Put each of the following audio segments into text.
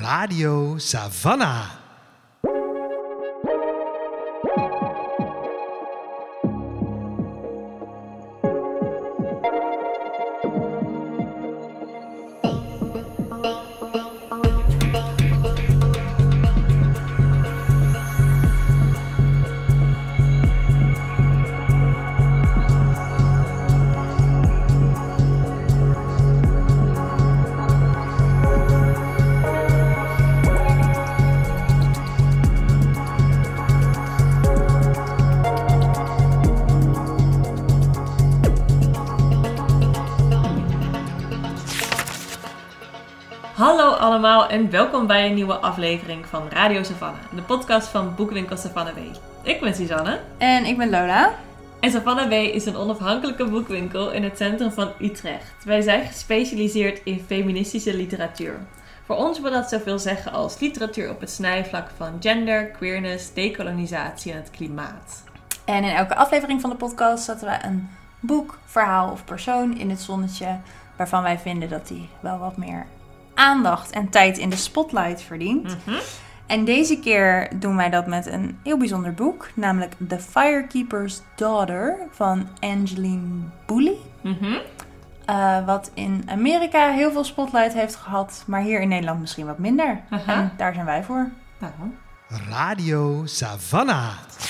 Radio Savannah. Hallo allemaal en welkom bij een nieuwe aflevering van Radio Savannah, de podcast van Boekwinkel Savannah W. Ik ben Suzanne. En ik ben Lola. En Savannah W is een onafhankelijke boekwinkel in het centrum van Utrecht. Wij zijn gespecialiseerd in feministische literatuur. Voor ons wil dat zoveel zeggen als literatuur op het snijvlak van gender, queerness, dekolonisatie en het klimaat. En in elke aflevering van de podcast zetten we een boek, verhaal of persoon in het zonnetje waarvan wij vinden dat die wel wat meer aandacht en tijd in de spotlight verdient. Mm-hmm. En deze keer doen wij dat met een heel bijzonder boek, namelijk The Firekeeper's Daughter van Angeline Boulley. Mm-hmm. Wat in Amerika heel veel spotlight heeft gehad, maar hier in Nederland misschien wat minder. Aha. En daar zijn wij voor. Radio Savannah.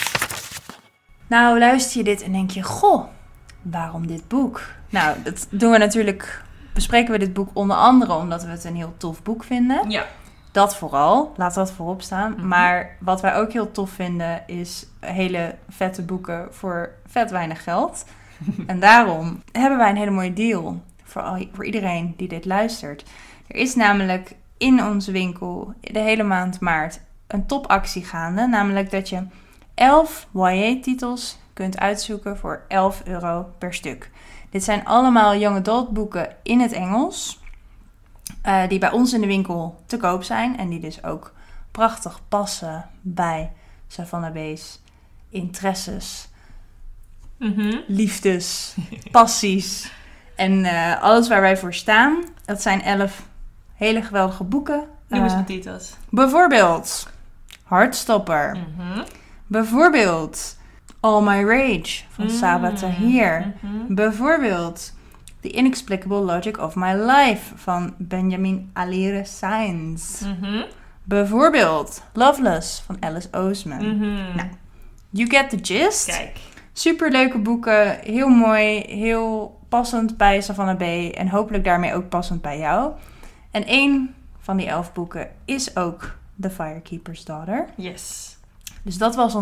Nou, luister je dit en denk je, goh, waarom dit boek? Nou, dat doen we natuurlijk, bespreken we dit boek onder andere omdat we het een heel tof boek vinden. Ja. Dat vooral, laat dat voorop staan. Mm-hmm. Maar wat wij ook heel tof vinden is hele vette boeken voor vet weinig geld. En daarom hebben wij een hele mooie deal voor iedereen die dit luistert. Er is namelijk in onze winkel de hele maand maart een topactie gaande. Namelijk dat je 11 YA-titels kunt uitzoeken voor €11 per stuk. Dit zijn allemaal young adult boeken in het Engels. Die bij ons in de winkel te koop zijn. En die dus ook prachtig passen bij Savannah B's interesses, Mm-hmm. liefdes, passies. En alles waar wij voor staan. Dat zijn 11 hele geweldige boeken. Noem eens wat titels. Bijvoorbeeld Hartstopper. Mm-hmm. Bijvoorbeeld All My Rage van Saba Tahir. Mm-hmm. Bijvoorbeeld The Inexplicable Logic of My Life van Benjamin Alire Sainz. Mm-hmm. Bijvoorbeeld Loveless van Alice Oseman. Mm-hmm. Nou, you get the gist. Kijk. Superleuke boeken, heel mooi, heel passend bij Savannah B. En hopelijk daarmee ook passend bij jou. En 1 van die 11 boeken is ook The Firekeeper's Daughter. Yes. Dus dat was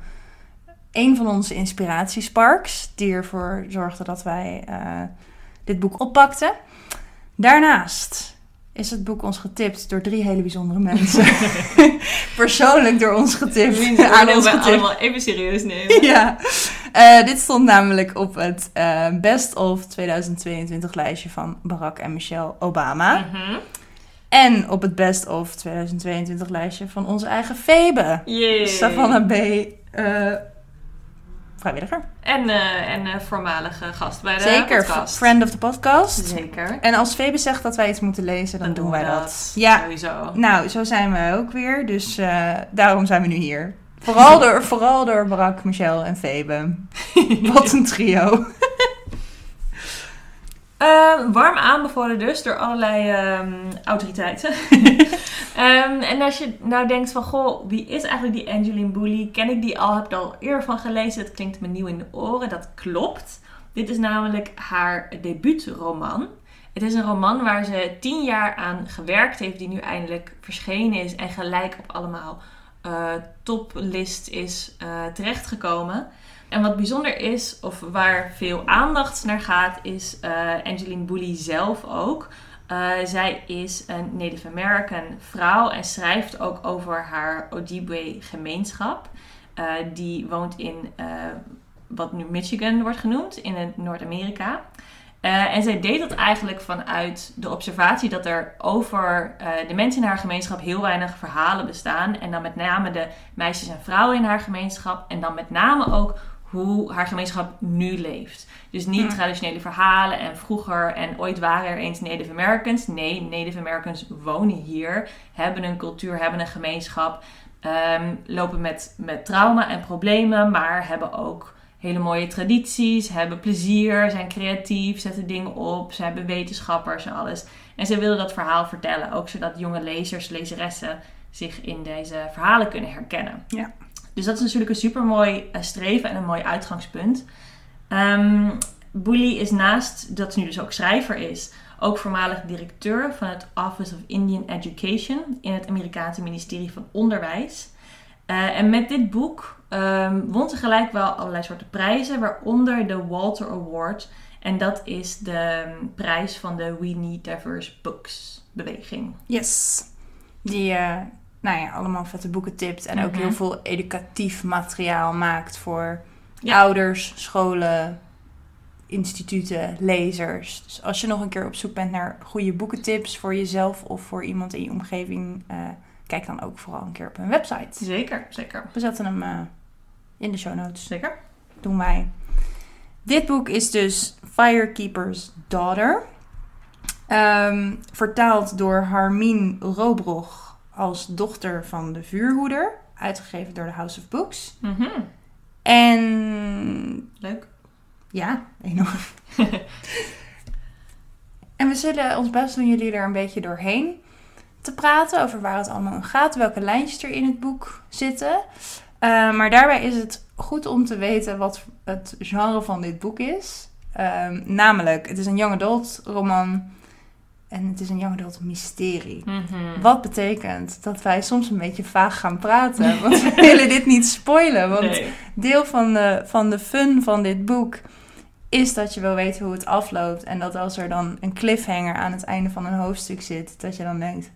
een van onze inspiratiesparks die ervoor zorgde dat wij dit boek oppakten. Daarnaast is het boek ons getipt door 3 hele bijzondere mensen. Persoonlijk door ons getipt. Aan ons we getipt. allemaal even serieus nemen. Ja. Dit stond namelijk op het Best of 2022 lijstje van Barack en Michelle Obama. Mm-hmm. En op het Best of 2022 lijstje van onze eigen Febe. Yay. Savannah B. Vrijwilliger. En voormalige gast bij de Zeker, podcast. friend of the podcast. Zeker. En als Febe zegt dat wij iets moeten lezen, dan doen wij dat. Ja. Ja, Sowieso. nou, zo zijn we ook weer. Dus daarom zijn we nu hier. Vooral door Barack, Michelle en Febe. Wat een trio. Warm aanbevolen dus door allerlei autoriteiten. En als je nou denkt van, goh, wie is eigenlijk die Angeline Boulley? Ken ik die al? Heb ik er al eerder van gelezen? Dat klinkt me nieuw in de oren. Dat klopt. Dit is namelijk haar debuutroman. Het is een roman waar ze 10 jaar aan gewerkt heeft, die nu eindelijk verschenen is en gelijk op allemaal toplist is terechtgekomen. En wat bijzonder is, of waar veel aandacht naar gaat, is Angeline Boulley zelf ook. Zij is een Native American vrouw en schrijft ook over haar Ojibwe-gemeenschap. Die woont in wat nu Michigan wordt genoemd, in Noord-Amerika. En zij deed dat eigenlijk vanuit de observatie dat er over de mensen in haar gemeenschap heel weinig verhalen bestaan. En dan met name de meisjes en vrouwen in haar gemeenschap. En dan met name ook hoe haar gemeenschap nu leeft. Dus niet traditionele verhalen en vroeger en ooit waren er eens Native Americans. Nee, Native Americans wonen hier, hebben een cultuur, hebben een gemeenschap, lopen met trauma en problemen, maar hebben ook hele mooie tradities, hebben plezier, zijn creatief, zetten dingen op, ze hebben wetenschappers en alles. En ze willen dat verhaal vertellen, ook zodat jonge lezers, lezeressen zich in deze verhalen kunnen herkennen. Ja. Dus dat is natuurlijk een supermooi streven en een mooi uitgangspunt. Buli is naast dat ze nu dus ook schrijver is, ook voormalig directeur van het Office of Indian Education in het Amerikaanse ministerie van Onderwijs. En met dit boek won ze gelijk wel allerlei soorten prijzen, waaronder de Walter Award. En dat is de prijs van de We Need Diverse Books beweging. Yes. Die allemaal vette boeken tipt en ook heel veel educatief materiaal maakt voor ouders, scholen, instituten, lezers. Dus als je nog een keer op zoek bent naar goede boekentips voor jezelf of voor iemand in je omgeving, kijk dan ook vooral een keer op hun website. Zeker, zeker. We zetten hem in de show notes. Zeker. Doen wij. Dit boek is dus Firekeeper's Daughter. Vertaald door Harmien Robrog als dochter van de vuurhoeder. Uitgegeven door de House of Books. En... Leuk. Ja, enorm. En we zullen ons best doen jullie er een beetje doorheen te praten over waar het allemaal om gaat. Welke lijntjes er in het boek zitten. Maar daarbij is het goed om te weten wat het genre van dit boek is. Namelijk, het is een young adult roman en het is een young adult mysterie. Wat betekent dat wij soms een beetje vaag gaan praten. Want we willen dit niet spoilen. Want deel van de fun van dit boek is dat je wil weten hoe het afloopt. En dat als er dan een cliffhanger aan het einde van een hoofdstuk zit, dat je dan denkt...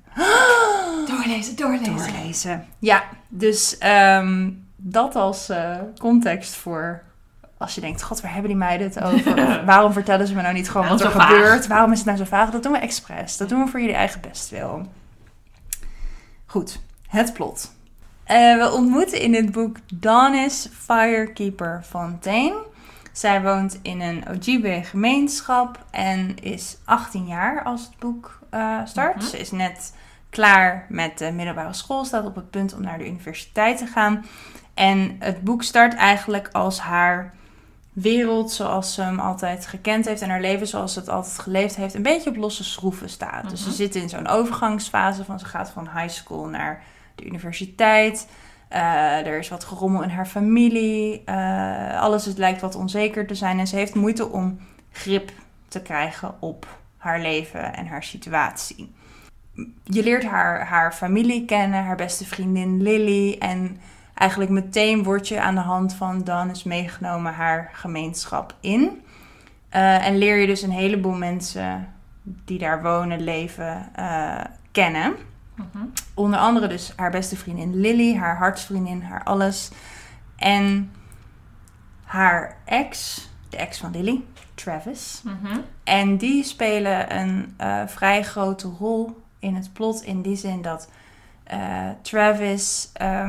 Doorlezen. Ja, dus dat als context voor... Als je denkt, god, waar hebben die meiden het over? Of waarom vertellen ze me nou niet gewoon wat er gebeurt? Waarom is het nou zo vaag? Dat doen we expres. Dat doen we voor jullie eigen bestwil. Goed, het plot. We ontmoeten in dit boek Danis Firekeeper Fontaine. Zij woont in een Ojibwe-gemeenschap en is 18 jaar als het boek start. Ze is net klaar met de middelbare school, staat op het punt om naar de universiteit te gaan. En het boek start eigenlijk als haar wereld zoals ze hem altijd gekend heeft en haar leven zoals ze het altijd geleefd heeft, een beetje op losse schroeven staat. Dus ze zit in zo'n overgangsfase van ze gaat van high school naar de universiteit. Er is wat gerommel in haar familie. Alles lijkt wat onzeker te zijn en ze heeft moeite om grip te krijgen op haar leven en haar situatie. Je leert haar familie kennen, haar beste vriendin Lily. En eigenlijk meteen word je aan de hand van Danis meegenomen haar gemeenschap in. En leer je dus een heleboel mensen die daar wonen, leven, kennen. Onder andere dus haar beste vriendin Lily, haar hartsvriendin, haar alles. En haar ex, de ex van Lily, Travis. En die spelen een vrij grote rol in het plot. In die zin dat Travis...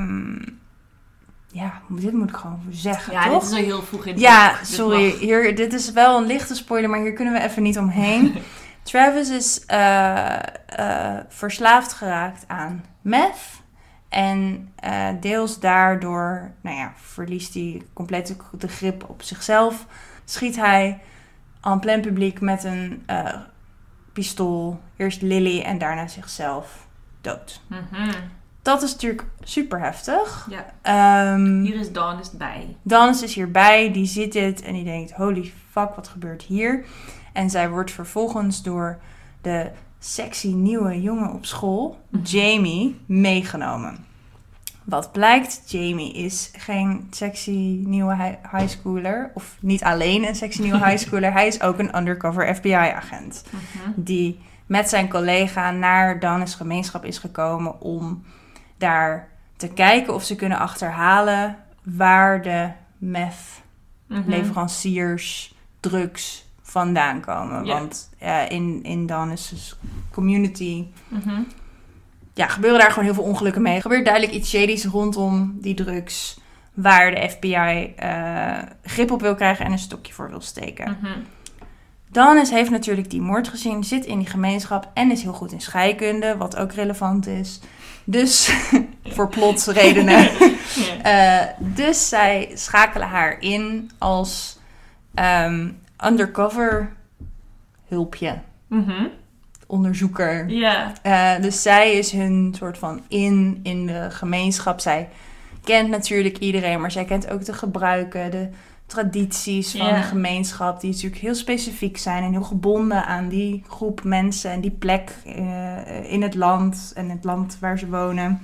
dit moet ik gewoon zeggen, toch? Ja, dit is al heel vroeg in het boek. Dus sorry. Dit is wel een lichte spoiler, maar hier kunnen we even niet omheen. Travis is verslaafd geraakt aan meth. En deels daardoor verliest hij compleet de grip op zichzelf. Schiet hij en plein publiek met een pistool. Eerst Lily en daarna zichzelf dood. Dat is natuurlijk super heftig. Ja. Hier is Danis bij. Danis is hierbij, die ziet dit en die denkt, holy fuck, wat gebeurt hier? En zij wordt vervolgens door de sexy nieuwe jongen op school, Jamie, meegenomen. Wat blijkt, Jamie is geen sexy nieuwe highschooler. Of niet alleen een sexy nieuwe highschooler. Hij is ook een undercover FBI-agent. Die met zijn collega naar Danis gemeenschap is gekomen om daar te kijken of ze kunnen achterhalen waar de meth-leveranciers, drugs vandaan komen. Yeah. Want in Danis' community gebeuren daar gewoon heel veel ongelukken mee. Er gebeurt duidelijk iets shadies rondom die drugs. waar de FBI grip op wil krijgen en een stokje voor wil steken. Danis heeft natuurlijk die moord gezien, zit in die gemeenschap en is heel goed in scheikunde, wat ook relevant is. Dus, voor plotsredenen. Dus zij schakelen haar in als undercover hulpje. Onderzoeker. Dus zij is hun soort van in de gemeenschap. Zij kent natuurlijk iedereen, maar zij kent ook de gebruiken, de tradities van de gemeenschap, die natuurlijk heel specifiek zijn en heel gebonden aan die groep mensen en die plek in het land en het land waar ze wonen.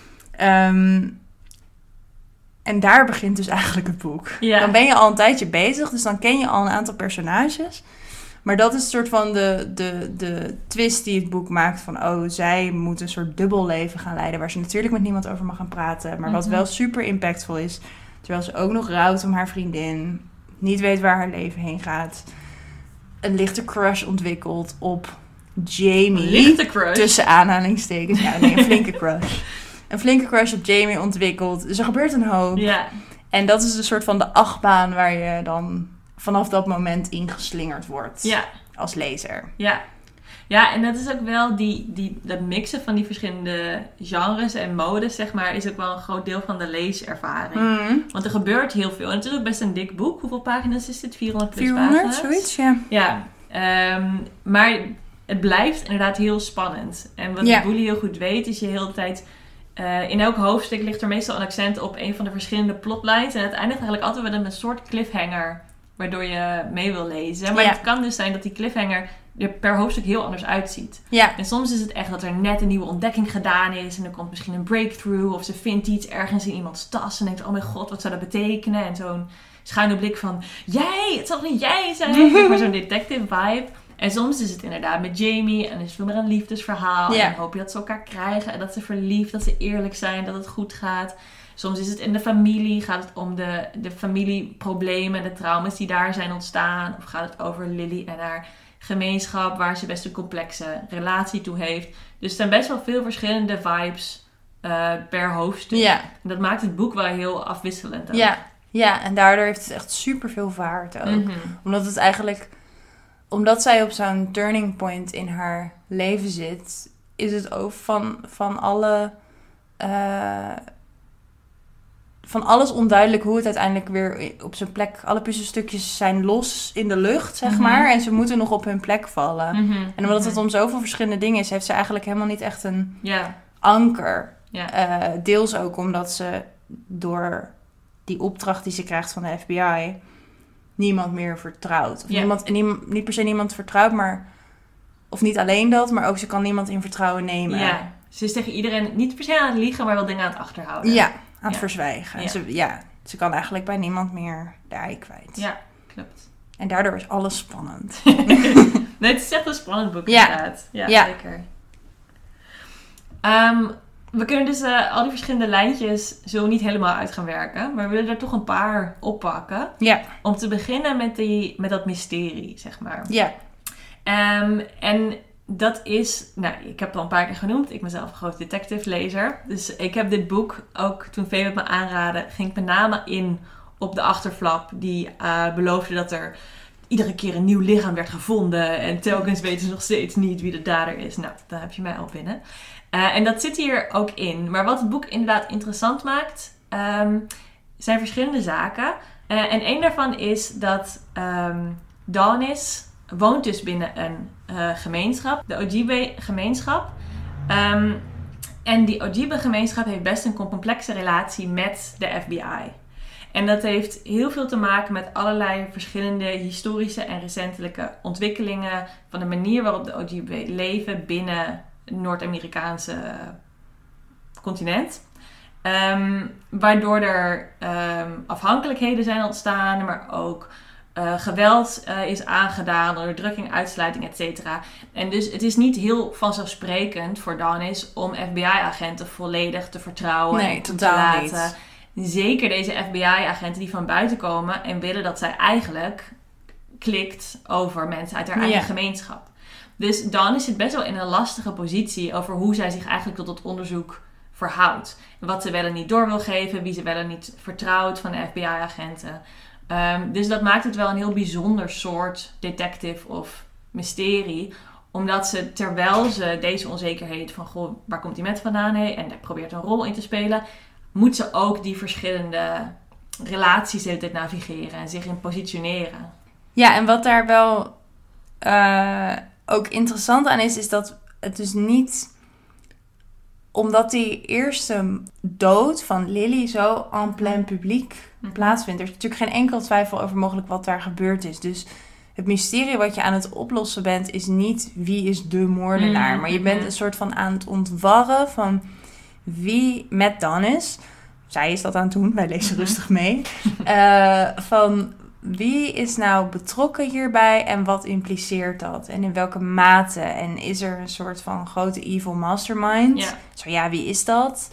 En daar begint dus eigenlijk het boek. Dan ben je al een tijdje bezig, dus dan ken je al een aantal personages. Maar dat is een soort van de twist die het boek maakt van, zij moet een soort dubbel leven gaan leiden, waar ze natuurlijk met niemand over mag gaan praten, maar wat wel super impactvol is. Terwijl ze ook nog rouwt om haar vriendin. Niet weet waar haar leven heen gaat. Een lichte crush ontwikkelt op Jamie. Lichte crush? Tussen aanhalingstekens. Ja, nee, een flinke crush. Een flinke crush op Jamie ontwikkelt. Dus er gebeurt een hoop. Ja. En dat is een soort van de achtbaan waar je dan vanaf dat moment ingeslingerd wordt. Ja. Als lezer. Ja. Ja, en dat is ook wel dat mixen van die verschillende genres en modes, zeg maar, is ook wel een groot deel van de leeservaring. Want er gebeurt heel veel. En het is ook best een dik boek. Hoeveel pagina's is dit? 400 plus 400, pagina's? zoiets, ja. Ja, maar het blijft inderdaad heel spannend. En wat Boelie heel goed weet, is je heel de tijd... in elk hoofdstuk ligt er meestal een accent op een van de verschillende plotlines. En het eindigt eigenlijk altijd met een soort cliffhanger, waardoor je mee wil lezen. Maar het kan dus zijn dat die cliffhanger er per hoofdstuk heel anders uitziet. Ja. En soms is het echt dat er net een nieuwe ontdekking gedaan is. En er komt misschien een breakthrough. Of ze vindt iets ergens in iemands tas. En denkt, oh mijn god, wat zou dat betekenen? En zo'n schuine blik van, het zal niet jij zijn. Maar zo'n detective vibe. En soms is het inderdaad met Jamie. En is het veel meer een liefdesverhaal. Ja. En dan hoop je dat ze elkaar krijgen. En dat ze verliefd, dat ze eerlijk zijn. Dat het goed gaat. Soms is het in de familie. Gaat het om de familieproblemen. De trauma's die daar zijn ontstaan. Of gaat het over Lily en haar gemeenschap, waar ze best een complexe relatie toe heeft. Dus er zijn best wel veel verschillende vibes per hoofdstuk. Ja. En dat maakt het boek wel heel afwisselend ook. Ja, en daardoor heeft het echt super veel vaart ook. Omdat zij op zo'n turning point in haar leven zit, is het ook van alles onduidelijk hoe het uiteindelijk weer op zijn plek... Alle puzzelstukjes zijn los in de lucht, zeg maar. En ze moeten nog op hun plek vallen. En omdat het om zoveel verschillende dingen is, heeft ze eigenlijk helemaal niet echt een anker. Deels ook omdat ze door die opdracht die ze krijgt van de FBI niemand meer vertrouwt. Of niet per se niemand vertrouwt, maar... Of niet alleen dat, maar ook ze kan niemand in vertrouwen nemen. Ja, ze is tegen iedereen niet per se aan het liegen, maar wel dingen aan het achterhouden. Ja. Aan het verzwijgen. Ja. Ze kan eigenlijk bij niemand meer de ei kwijt. Ja, klopt. En daardoor is alles spannend. Nee, het is echt een spannend boek inderdaad. Ja, zeker. We kunnen dus al die verschillende lijntjes zo niet helemaal uit gaan werken. Maar we willen er toch een paar oppakken. Ja. Om te beginnen met dat mysterie, zeg maar. Ja. En... dat is, ik heb het al een paar keer genoemd. Ik ben zelf een groot detective-lezer. Dus ik heb dit boek, ook toen Vee het me aanraadde, ging ik met name in op de achterflap. Die beloofde dat er iedere keer een nieuw lichaam werd gevonden. En telkens weten ze nog steeds niet wie de dader is. Nou, daar heb je mij al binnen. En dat zit hier ook in. Maar wat het boek inderdaad interessant maakt, zijn verschillende zaken. En één daarvan is dat Danis woont dus binnen een gemeenschap, de Ojibwe-gemeenschap. En die Ojibwe-gemeenschap heeft best een complexe relatie met de FBI. En dat heeft heel veel te maken met allerlei verschillende historische en recentelijke ontwikkelingen van de manier waarop de Ojibwe leven binnen het Noord-Amerikaanse continent. Waardoor er afhankelijkheden zijn ontstaan, maar ook geweld is aangedaan, onderdrukking, uitsluiting, etc. En dus het is niet heel vanzelfsprekend voor Danis om FBI-agenten volledig te vertrouwen en toe te laten. Niet. Zeker deze FBI-agenten die van buiten komen en willen dat zij eigenlijk klikt over mensen uit haar eigen gemeenschap. Dus Danis zit best wel in een lastige positie over hoe zij zich eigenlijk tot het onderzoek verhoudt. Wat ze wel en niet door wil geven, wie ze wel en niet vertrouwt van de FBI-agenten. Dus dat maakt het wel een heel bijzonder soort detective of mysterie. Omdat ze, terwijl ze deze onzekerheid van, goh, waar komt die met vandaan? En daar probeert een rol in te spelen, moet ze ook die verschillende relaties de hele tijd navigeren en zich in positioneren. Ja, en wat daar wel ook interessant aan is dat het dus niet, omdat die eerste dood van Lily zo en plein publiek plaatsvindt. Er is natuurlijk geen enkel twijfel over mogelijk wat daar gebeurd is. Dus het mysterie wat je aan het oplossen bent is niet wie is de moordenaar. Maar je bent een soort van aan het ontwarren van wie met Dan is. Zij is dat aan het doen, wij lezen rustig mee. Van wie is nou betrokken hierbij en wat impliceert dat? En in welke mate? En is er een soort van grote evil mastermind? Ja. Zo ja, wie is dat?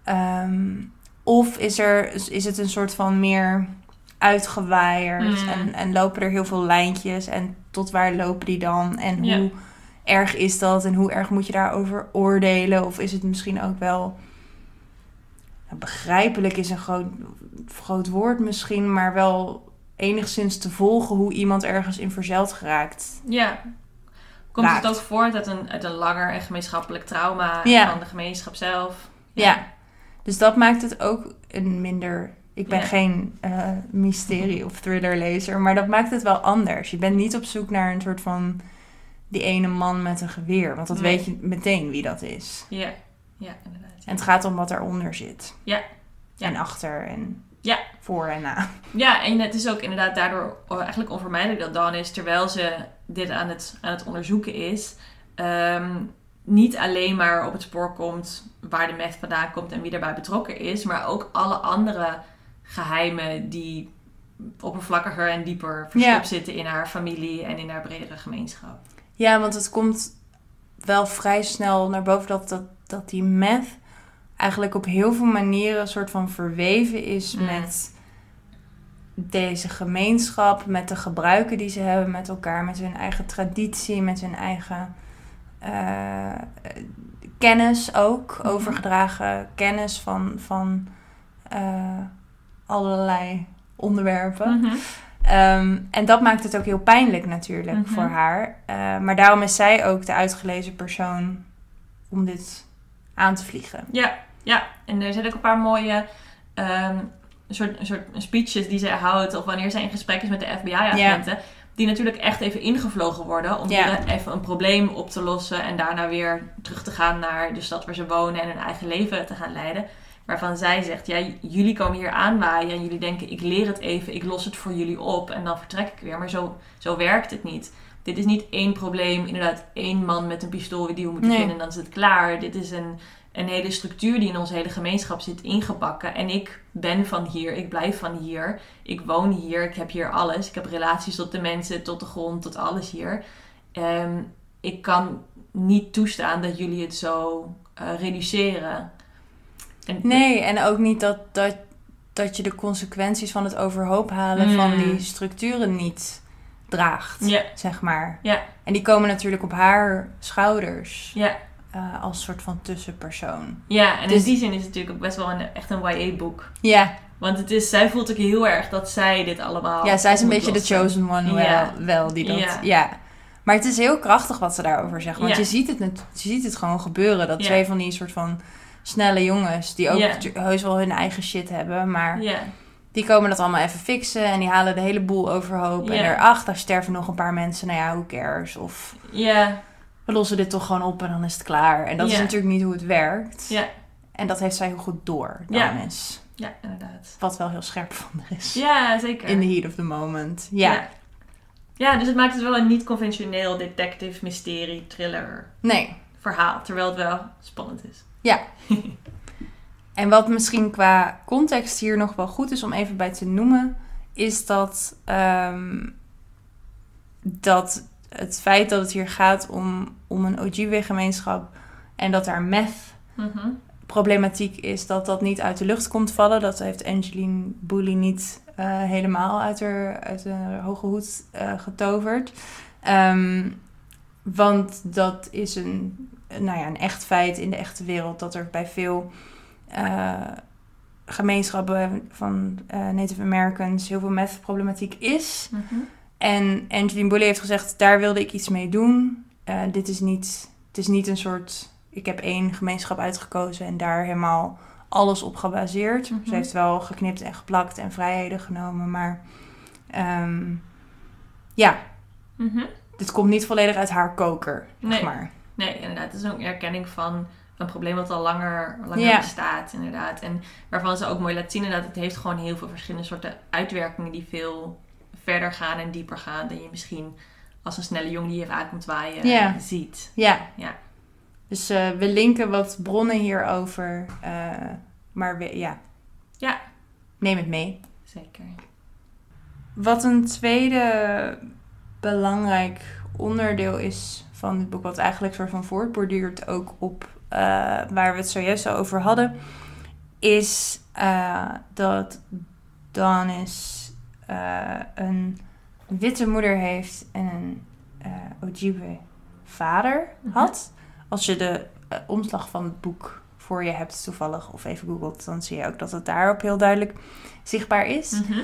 Of is het een soort van meer uitgewaaid en lopen er heel veel lijntjes en tot waar lopen die dan? En hoe erg is dat en hoe erg moet je daarover oordelen? Of is het misschien ook wel, begrijpelijk is een groot woord misschien, maar wel enigszins te volgen hoe iemand ergens in verzeild geraakt. Ja. Komt het ook voort uit een langer en gemeenschappelijk trauma van de gemeenschap zelf? Ja. Dus dat maakt het ook een minder... Ik ben geen mysterie- of thrillerlezer, maar dat maakt het wel anders. Je bent niet op zoek naar een soort van die ene man met een geweer, want dat weet je meteen wie dat is. Ja, inderdaad. Ja. En het gaat om wat eronder zit. Ja. En achter en voor en na. Ja, en het is ook inderdaad daardoor eigenlijk onvermijdelijk dat Dawn is, terwijl ze dit aan het onderzoeken is, niet alleen maar op het spoor komt waar de meth vandaan komt en wie daarbij betrokken is, maar ook alle andere geheimen die oppervlakkiger en dieper verstopt zitten in haar familie en in haar bredere gemeenschap. Ja, want het komt wel vrij snel naar boven dat die meth eigenlijk op heel veel manieren een soort van verweven is met deze gemeenschap, met de gebruiken die ze hebben met elkaar, met hun eigen traditie, met hun eigen kennis ook, overgedragen kennis van allerlei onderwerpen. En dat maakt het ook heel pijnlijk natuurlijk voor haar. Maar daarom is zij ook de uitgelezen persoon om dit aan te vliegen. Ja. En er zijn ook een paar mooie soort speeches die zij houdt, of wanneer zij in gesprek is met de FBI-agenten, die natuurlijk echt even ingevlogen worden om even een probleem op te lossen en daarna weer terug te gaan naar de stad waar ze wonen en hun eigen leven te gaan leiden. Waarvan zij zegt, jullie komen hier aanwaaien en jullie denken, ik leer het even, ik los het voor jullie op en dan vertrek ik weer. Maar zo werkt het niet. Dit is niet één probleem, inderdaad één man met een pistool die we moeten vinden en dan is het klaar. Dit is een hele structuur die in onze hele gemeenschap zit ingebakken. En ik ben van hier, ik blijf van hier, ik woon hier, ik heb hier alles. Ik heb relaties tot de mensen, tot de grond, tot alles hier. Ik kan niet toestaan dat jullie het zo reduceren. En ook niet dat je de consequenties van het overhoop halen van die structuren niet draagt, zeg maar. Ja. En die komen natuurlijk op haar schouders. Ja. Als soort van tussenpersoon. Ja, en dus in die zin is het natuurlijk ook best wel echt een YA-boek. Ja. Want zij voelt ook heel erg dat zij dit allemaal... Ja, zij is een beetje de chosen one wel die dat... Ja. Maar het is heel krachtig wat ze daarover zegt. Want je ziet het gewoon gebeuren. Dat twee van die soort van snelle jongens, die ook heus wel hun eigen shit hebben, maar die komen dat allemaal even fixen en die halen de hele boel overhoop. En daar sterven nog een paar mensen. Nou ja, who cares? Of we lossen dit toch gewoon op en dan is het klaar. En dat is natuurlijk niet hoe het werkt. Ja. En dat heeft zij heel goed door, Danis. Ja, inderdaad. Wat wel heel scherp van haar is. Ja, zeker. In the heat of the moment. Ja. Ja, dus het maakt het wel een niet-conventioneel detective, mysterie, thriller verhaal. Terwijl het wel spannend is. Ja. En wat misschien qua context hier nog wel goed is om even bij te noemen, is dat het feit dat het hier gaat om een Ojibwe-gemeenschap en dat daar meth problematiek is, dat niet uit de lucht komt vallen. Dat heeft Angeline Boulley niet helemaal uit de hoge hoed getoverd. Want dat is een echt feit in de echte wereld, dat er bij veel gemeenschappen van Native Americans heel veel meth-problematiek is. Mhm. En Angeline Boulley heeft gezegd, daar wilde ik iets mee doen. Het is niet een soort... Ik heb 1 gemeenschap uitgekozen en daar helemaal alles op gebaseerd. Mhm. Ze heeft wel geknipt en geplakt en vrijheden genomen, maar Mhm. dit komt niet volledig uit haar koker, zeg Nee. maar. Nee, inderdaad. Het is ook een erkenning van een probleem wat al langer Ja. bestaat, inderdaad. En waarvan ze ook mooi laat zien dat het heeft gewoon heel veel verschillende soorten uitwerkingen die veel verder gaan en dieper gaan dan je misschien als een snelle jongen die even uit komt waaien Ja. ziet. Ja. Ja. Dus we linken wat bronnen hierover. Maar Ja. neem het mee. Zeker. Wat een tweede belangrijk onderdeel is van dit boek, wat eigenlijk soort van voortborduurt ook op waar we het zojuist al over hadden, is dat Danis een witte moeder heeft en een Ojibwe vader had. Als je de omslag van het boek voor je hebt toevallig of even googelt, dan zie je ook dat het daarop heel duidelijk zichtbaar is. Mhm.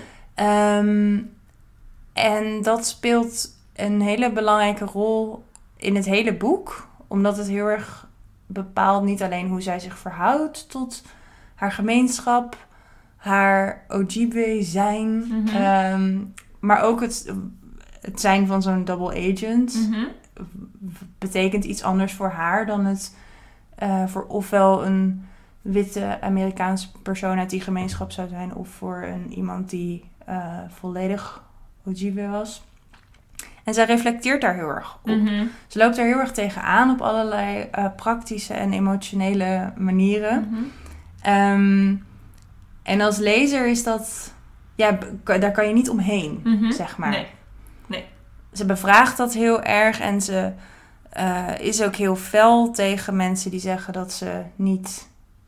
En dat speelt een hele belangrijke rol in het hele boek. Omdat het heel erg bepaalt niet alleen hoe zij zich verhoudt tot haar gemeenschap, haar Ojibwe zijn, Mhm. maar ook het zijn van zo'n double agent. Mhm. Betekent iets anders voor haar dan het voor ofwel een witte Amerikaanse persoon uit die gemeenschap zou zijn, of voor iemand die volledig Ojibwe was. En zij reflecteert daar heel erg op. Mhm. Ze loopt er heel erg tegenaan op allerlei praktische en emotionele manieren. Mhm. En als lezer is dat... Ja, daar kan je niet omheen, Mhm. zeg maar. Nee. Ze bevraagt dat heel erg en ze is ook heel fel tegen mensen die zeggen dat ze niet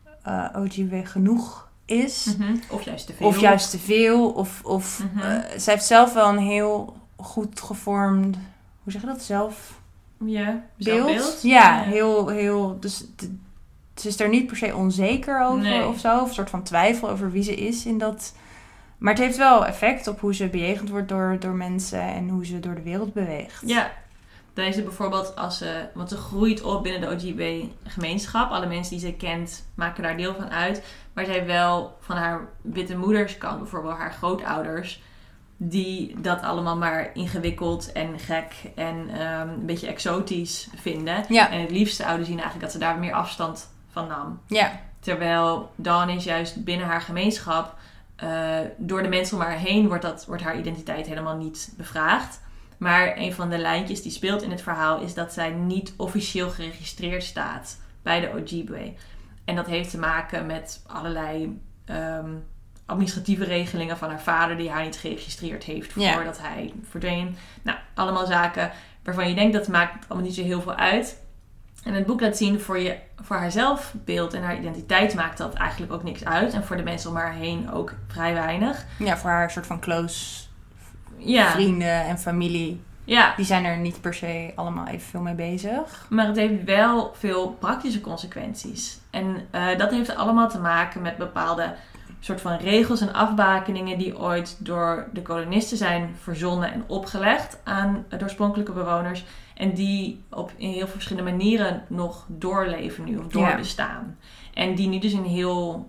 Ojibwe genoeg is. Mhm. Of juist te veel. Of juist te veel. Of Mhm. ze heeft zelf wel een heel goed gevormd, hoe zeg je dat, zelfbeeld? Ja, zelfbeeld. Ja, heel... Dus ze is er niet per se onzeker over Nee. of zo. Of een soort van twijfel over wie ze is in dat... Maar het heeft wel effect op hoe ze bejegend wordt door mensen en hoe ze door de wereld beweegt. Ja, deze bijvoorbeeld want ze groeit op binnen de Ojibwe-gemeenschap. Alle mensen die ze kent maken daar deel van uit. Maar zij wel van haar witte moederskant, bijvoorbeeld haar grootouders, die dat allemaal maar ingewikkeld en gek en een beetje exotisch vinden. Ja. En het liefst zouden zien eigenlijk dat ze daar meer afstand van nam. Ja, Terwijl Dawn is juist binnen haar gemeenschap, door de mensen om haar heen wordt haar identiteit helemaal niet bevraagd. Maar een van de lijntjes die speelt in het verhaal is dat zij niet officieel geregistreerd staat bij de Ojibwe. En dat heeft te maken met allerlei administratieve regelingen van haar vader die haar niet geregistreerd heeft voordat hij verdween. Nou, allemaal zaken waarvan je denkt dat maakt allemaal niet zo heel veel uit. En het boek laat zien voor haar zelfbeeld en haar identiteit maakt dat eigenlijk ook niks uit. En voor de mensen om haar heen ook vrij weinig. ja, voor haar soort van close Ja, vrienden en familie. ja. Die zijn er niet per se allemaal evenveel mee bezig. Maar het heeft wel veel praktische consequenties. En dat heeft allemaal te maken met bepaalde soort van regels en afbakeningen die ooit door de kolonisten zijn verzonnen en opgelegd aan de oorspronkelijke bewoners. En die in heel verschillende manieren nog doorleven nu of doorbestaan. En die nu dus een heel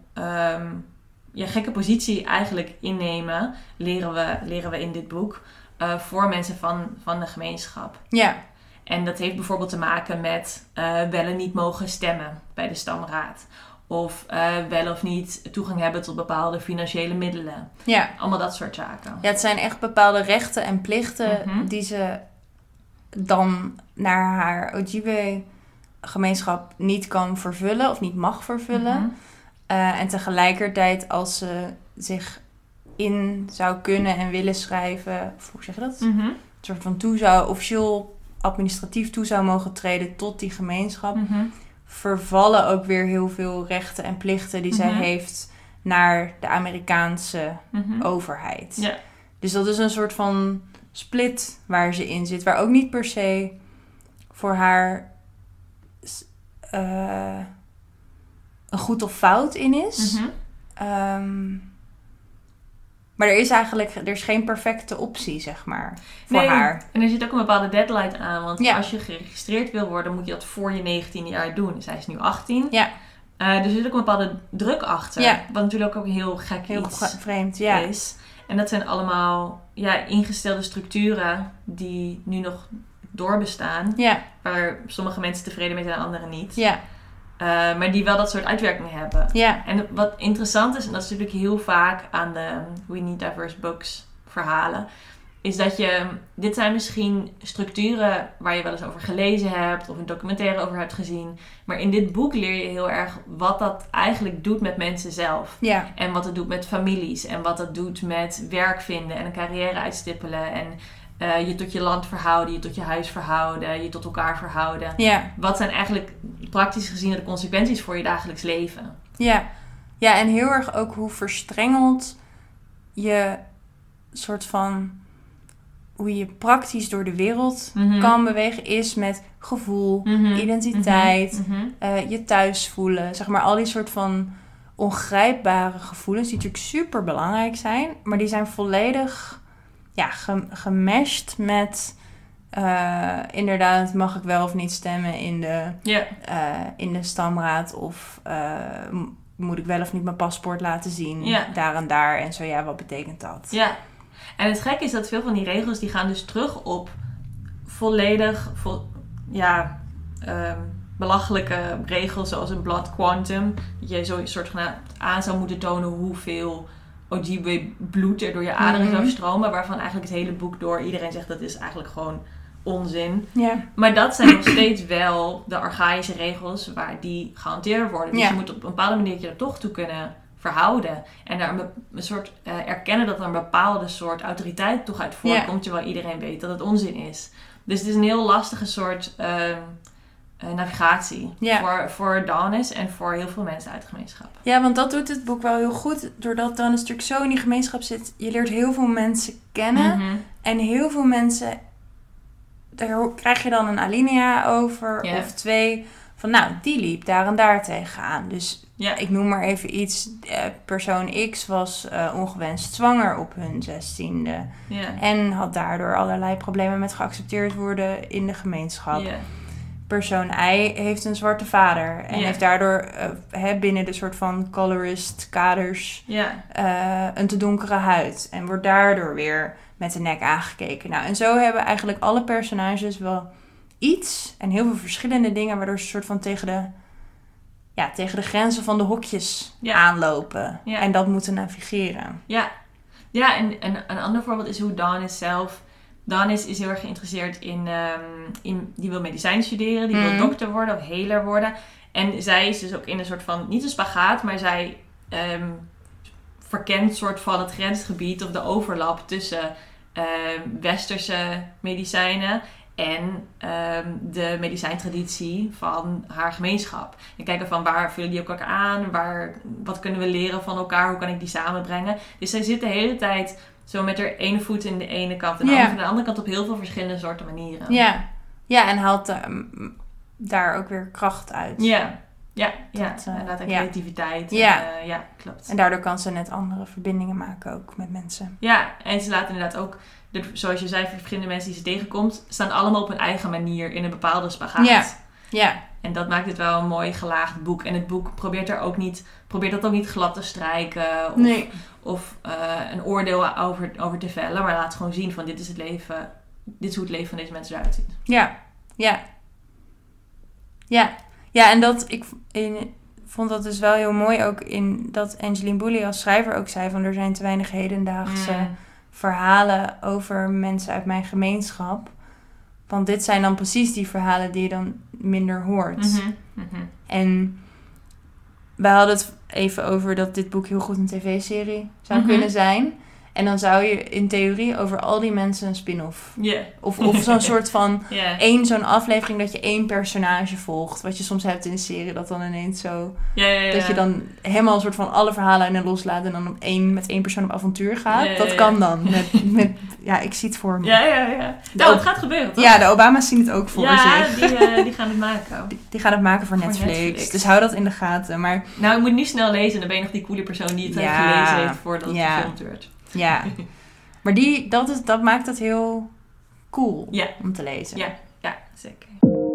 gekke positie eigenlijk innemen, leren we in dit boek, voor mensen van de gemeenschap. Ja, En dat heeft bijvoorbeeld te maken met wel en niet mogen stemmen bij de stamraad. Of wel of niet toegang hebben tot bepaalde financiële middelen. ja. Allemaal dat soort zaken. Ja, het zijn echt bepaalde rechten en plichten die ze dan naar haar Ojibwe-gemeenschap niet kan vervullen of niet mag vervullen. Mhm. En tegelijkertijd als ze zich in zou kunnen en willen schrijven, of hoe zeg je dat? Mhm. Een soort van officieel administratief toe zou mogen treden tot die gemeenschap, Mhm. vervallen ook weer heel veel rechten en plichten die zij Mhm. heeft naar de Amerikaanse Mhm. overheid. Ja. Dus dat is een soort van split waar ze in zit, waar ook niet per se voor haar een goed of fout in is. Maar er is geen perfecte optie, zeg maar, voor haar. En er zit ook een bepaalde deadline aan. Want als je geregistreerd wil worden, moet je dat voor je 19 jaar doen. Zij is nu 18. Ja. Dus er zit ook een bepaalde druk achter. Ja. Wat natuurlijk ook een heel gek iets vreemd, is. En dat zijn allemaal ingestelde structuren die nu nog doorbestaan. Ja. Waar sommige mensen tevreden mee zijn en anderen niet. Ja. Maar die wel dat soort uitwerkingen hebben. Ja. En wat interessant is, en dat is natuurlijk heel vaak aan de We Need Diverse Books verhalen, is dat dit zijn misschien structuren waar je wel eens over gelezen hebt of een documentaire over hebt gezien. Maar in dit boek leer je heel erg wat dat eigenlijk doet met mensen zelf. Ja. En wat het doet met families. En wat het doet met werk vinden en een carrière uitstippelen. En je tot je land verhouden, je tot je huis verhouden, je tot elkaar verhouden. Ja. Wat zijn eigenlijk praktisch gezien de consequenties voor je dagelijks leven? Ja. Ja, en heel erg ook hoe verstrengeld je soort van hoe je praktisch door de wereld kan bewegen is met gevoel, identiteit, je thuis voelen. Zeg maar al die soort van ongrijpbare gevoelens die natuurlijk super belangrijk zijn, maar die zijn volledig gemeshed met inderdaad, mag ik wel of niet stemmen in de stamraad of moet ik wel of niet mijn paspoort laten zien daar en daar en zo, wat betekent dat? Ja. En het gekke is dat veel van die regels die gaan dus terug op volledig belachelijke regels zoals een blood quantum. Dat je zo een soort van aan zou moeten tonen hoeveel Ojibwe bloed er door je aderen zou stromen. Waarvan eigenlijk het hele boek door iedereen zegt dat is eigenlijk gewoon onzin. Ja. Maar dat zijn nog steeds wel de archaïsche regels waar die gehanteerd worden. Dus je moet op een bepaalde manier je er toch toe kunnen verhouden. En daar een soort erkennen dat er een bepaalde soort autoriteit toch uit voortkomt. Terwijl iedereen weet dat het onzin is. Dus het is een heel lastige soort navigatie voor Danis en voor heel veel mensen uit de gemeenschap. Ja, want dat doet het boek wel heel goed. Doordat Danis natuurlijk zo in die gemeenschap zit. Je leert heel veel mensen kennen. En heel veel mensen, daar krijg je dan een alinea over of twee. Van die liep daar en daar tegenaan. Dus ik noem maar even iets. Persoon X was ongewenst zwanger op hun 16e. En had daardoor allerlei problemen met geaccepteerd worden in de gemeenschap. Persoon Y heeft een zwarte vader. En heeft daardoor binnen de soort van colorist kaders een te donkere huid. En wordt daardoor weer met de nek aangekeken. En zo hebben eigenlijk alle personages wel iets en heel veel verschillende dingen waardoor ze soort van tegen de grenzen van de hokjes aanlopen en dat moeten navigeren. Ja, en een ander voorbeeld is hoe Danis zelf. Danis is heel erg geïnteresseerd in die wil medicijn studeren, die wil dokter worden of heler worden. En zij is dus ook in een soort van, niet een spagaat, maar zij verkent soort van het grensgebied of de overlap tussen westerse medicijnen en de medicijntraditie van haar gemeenschap. En kijken van waar vullen die elkaar aan, wat kunnen we leren van elkaar, hoe kan ik die samenbrengen. Dus zij zit de hele tijd zo met haar ene voet in de ene kant en aan de andere kant op heel veel verschillende soorten manieren. Ja, en haalt daar ook weer kracht uit. Inderdaad, en creativiteit. Klopt. En daardoor kan ze net andere verbindingen maken ook met mensen. Ja, en ze laat inderdaad ook, zoals je zei, verschillende mensen die ze tegenkomt, staan allemaal op hun eigen manier in een bepaalde spagaat. Ja. En dat maakt het wel een mooi gelaagd boek. En het boek probeert dat ook niet glad te strijken of een oordeel over te vellen, maar laat gewoon zien van dit is hoe het leven van deze mensen eruit ziet. Ja, en ik vond dat dus wel heel mooi ook in dat Angeline Boulley als schrijver ook zei van er zijn te weinig hedendaagse verhalen over mensen uit mijn gemeenschap. Want dit zijn dan precies die verhalen die je dan minder hoort. En wij hadden het even over dat dit boek heel goed een tv-serie zou kunnen zijn. En dan zou je in theorie over al die mensen een spin-off. Ja. Of zo'n soort van Ja. zo'n aflevering dat je 1 personage volgt. Wat je soms hebt in een serie, dat dan ineens zo... Ja. Dat je dan helemaal een soort van alle verhalen in een loslaat en dan met 1 persoon op avontuur gaat. Ja. Dat kan dan. Ja, ik zie het voor me. Ja. Nou, het gaat gebeuren, toch? Ja, de Obama's zien het ook voor zich. Die gaan het maken. Die gaan het maken voor Netflix. Netflix. Dus hou dat in de gaten. Maar Nou, ik moet nu snel lezen en dan ben je nog die coole persoon die het heeft gelezen heeft voordat het gefilmd wordt. ja, maar dat maakt het heel cool om te lezen. Ja, zeker.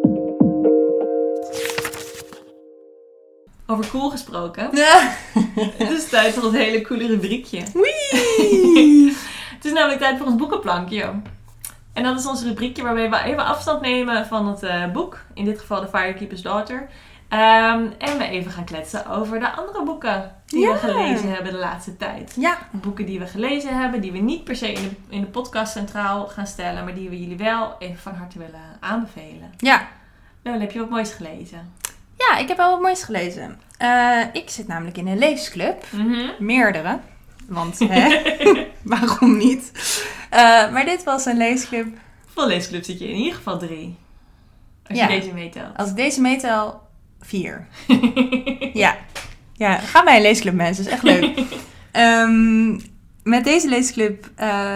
Over cool gesproken. Het is tijd voor het hele coole rubriekje. Wee! Het is namelijk tijd voor ons boekenplankje. En dat is ons rubriekje waarbij we even afstand nemen van het boek. In dit geval The Firekeeper's Daughter. En we even gaan kletsen over de andere boeken die we gelezen hebben de laatste tijd. Ja. Boeken die we gelezen hebben, die we niet per se in de podcast centraal gaan stellen, maar die we jullie wel even van harte willen aanbevelen. Ja. Nou, heb je wat moois gelezen? Ja, ik heb wel wat moois gelezen. Ik zit namelijk in een leesclub. Meerdere. Want, waarom niet? Maar dit was een leesclub. Voor leesclub zit je in ieder geval 3. Als je deze meetelt. Als ik deze meetel, 4. Ja, ga bij een leesclub, mensen. Dat is echt leuk. Met deze leesclub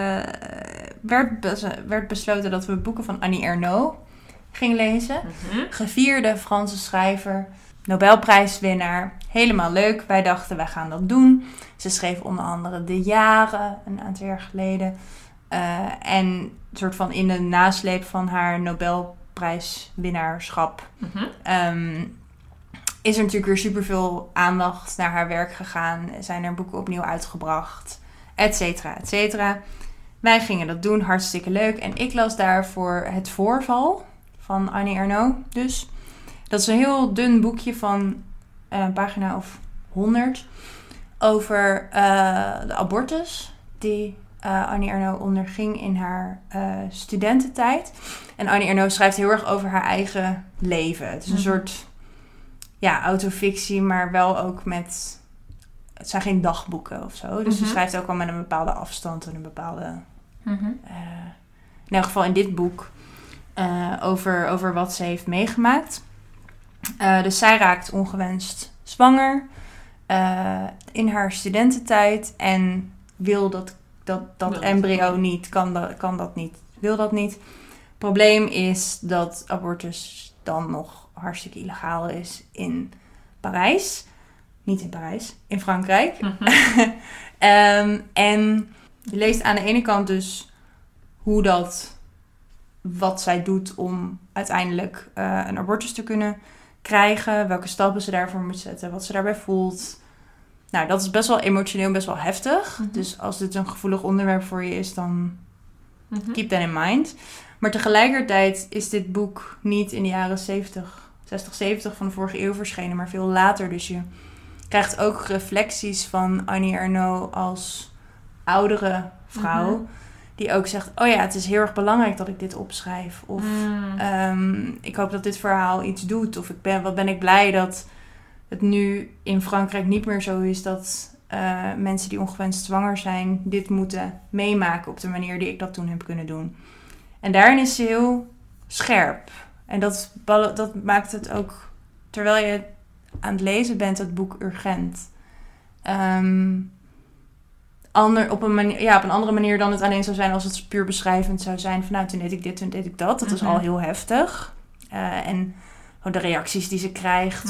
werd besloten dat we boeken van Annie Ernaux gingen lezen. Gevierde Franse schrijver, Nobelprijswinnaar. Helemaal leuk. Wij dachten, wij gaan dat doen. Ze schreef onder andere De Jaren, een aantal jaar geleden. En soort van in de nasleep van haar Nobelprijswinnaarschap is er natuurlijk weer superveel aandacht naar haar werk gegaan. Zijn er boeken opnieuw uitgebracht, et cetera, et cetera. Wij gingen dat doen, hartstikke leuk. En ik las daarvoor Het Voorval van Annie Ernaux. Dus dat is een heel dun boekje van een pagina of 100 over de abortus die Annie Ernaux onderging in haar studententijd. En Annie Ernaux schrijft heel erg over haar eigen leven. Het is een soort autofictie, maar wel ook met... Het zijn geen dagboeken of zo. Dus ze schrijft ook al met een bepaalde afstand en een bepaalde... in elk geval in dit boek over wat ze heeft meegemaakt. Dus zij raakt ongewenst zwanger in haar studententijd en wil dat embryo niet, kan dat niet, wil dat niet. Probleem is dat abortus dan nog hartstikke illegaal is in Parijs. Niet in Parijs, in Frankrijk. En je leest aan de ene kant dus wat zij doet om uiteindelijk een abortus te kunnen krijgen. Welke stappen ze daarvoor moet zetten. Wat ze daarbij voelt. Nou, dat is best wel emotioneel, best wel heftig. Dus als dit een gevoelig onderwerp voor je is, dan keep that in mind. Maar tegelijkertijd is dit boek niet in de jaren 60, 70 van de vorige eeuw verschenen, maar veel later. Dus je krijgt ook reflecties van Annie Ernaux als oudere vrouw. Die ook zegt, het is heel erg belangrijk dat ik dit opschrijf. Of ik hoop dat dit verhaal iets doet. Of wat ben ik blij dat het nu in Frankrijk niet meer zo is dat mensen die ongewenst zwanger zijn dit moeten meemaken op de manier die ik dat toen heb kunnen doen. En daarin is ze heel scherp. En dat maakt het ook, terwijl je aan het lezen bent, het boek urgent. Op een andere manier dan het alleen zou zijn als het puur beschrijvend zou zijn. Van toen deed ik dit, toen deed ik dat. Dat is al heel heftig. En de reacties die ze krijgt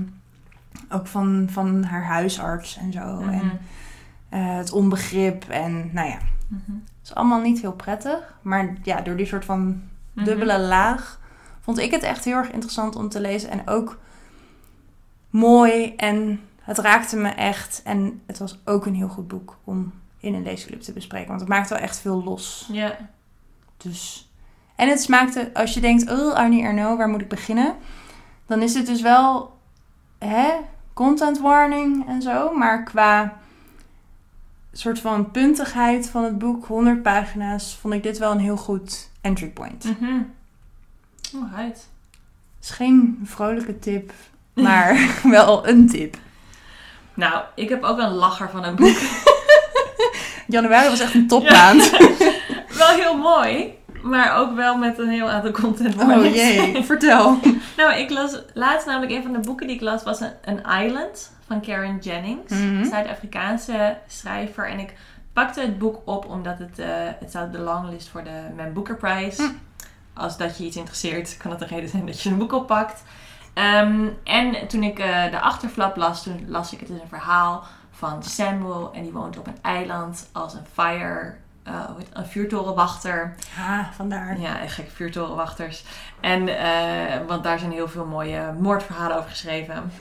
van haar huisarts en zo. En het onbegrip. En het is allemaal niet heel prettig. Maar ja, door die soort van dubbele laag vond ik het echt heel erg interessant om te lezen. En ook mooi. En het raakte me echt. En het was ook een heel goed boek om in een leesclub te bespreken. Want het maakt wel echt veel los. Ja. Dus. En het smaakte, als je denkt, Annie Ernaux, waar moet ik beginnen? Dan is het dus wel content warning en zo. Maar qua soort van puntigheid van het boek, 100 pagina's, vond ik dit wel een heel goed entry point. Right. Het is geen vrolijke tip, maar wel een tip. Nou, ik heb ook een lacher van een boek. Januari was echt een topmaand. Wel heel mooi. Maar ook wel met een heel aantal content warnings. Oh jee, vertel. Nou, ik las laatst namelijk een van de boeken die ik las was An Island van Karen Jennings. Mhm. Zuid-Afrikaanse schrijver. En ik pakte het boek op omdat het staat op de longlist voor de Man Booker Prize. Als dat je iets interesseert, kan het een reden zijn dat je een boek oppakt. En toen ik de achterflap las, toen las ik het is een verhaal van Samuel. En die woont op een eiland als een vuurtorenwachter. Vandaar. Ja, echt gekke vuurtorenwachters. En, want daar zijn heel veel mooie moordverhalen over geschreven.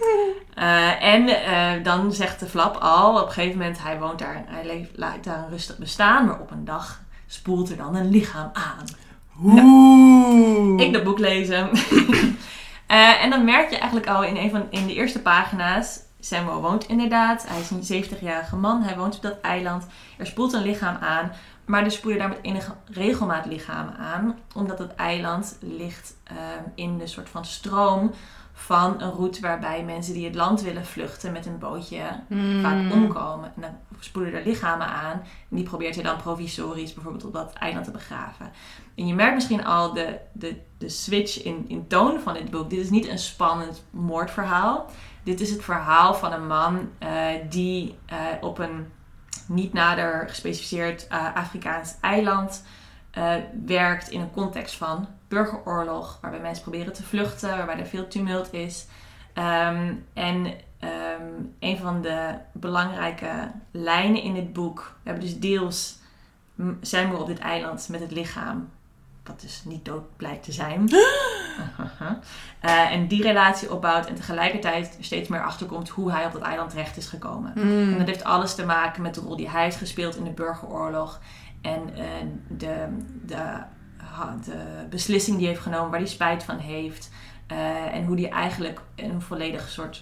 Dan zegt de flap al, op een gegeven moment, hij woont daar, hij leidt daar een rustig bestaan, maar op een dag spoelt er dan een lichaam aan. Nou, ik dat boek lezen. En dan merk je eigenlijk al in de eerste pagina's, Samuel woont inderdaad, hij is een 70-jarige man, hij woont op dat eiland, er spoelt een lichaam aan. Maar er spoelen daar met enige regelmaat lichamen aan. Omdat het eiland ligt in de soort van stroom van een route waarbij mensen die het land willen vluchten met een bootje vaak omkomen. En dan spoelen er lichamen aan. En die probeert je dan provisorisch bijvoorbeeld op dat eiland te begraven. En je merkt misschien al de switch in toon van dit boek. Dit is niet een spannend moordverhaal. Dit is het verhaal van een man die op een niet nader gespecificeerd Afrikaans eiland werkt in een context van burgeroorlog, waarbij mensen proberen te vluchten, waarbij er veel tumult is. Een van de belangrijke lijnen in dit boek, we hebben dus deels Samuel op dit eiland met het lichaam, wat dus niet dood blijkt te zijn. En die relatie opbouwt en tegelijkertijd steeds meer achterkomt hoe hij op dat eiland terecht is gekomen. En dat heeft alles te maken met de rol die hij heeft gespeeld in de burgeroorlog. En de beslissing die hij heeft genomen, waar hij spijt van heeft. En hoe hij eigenlijk een volledig soort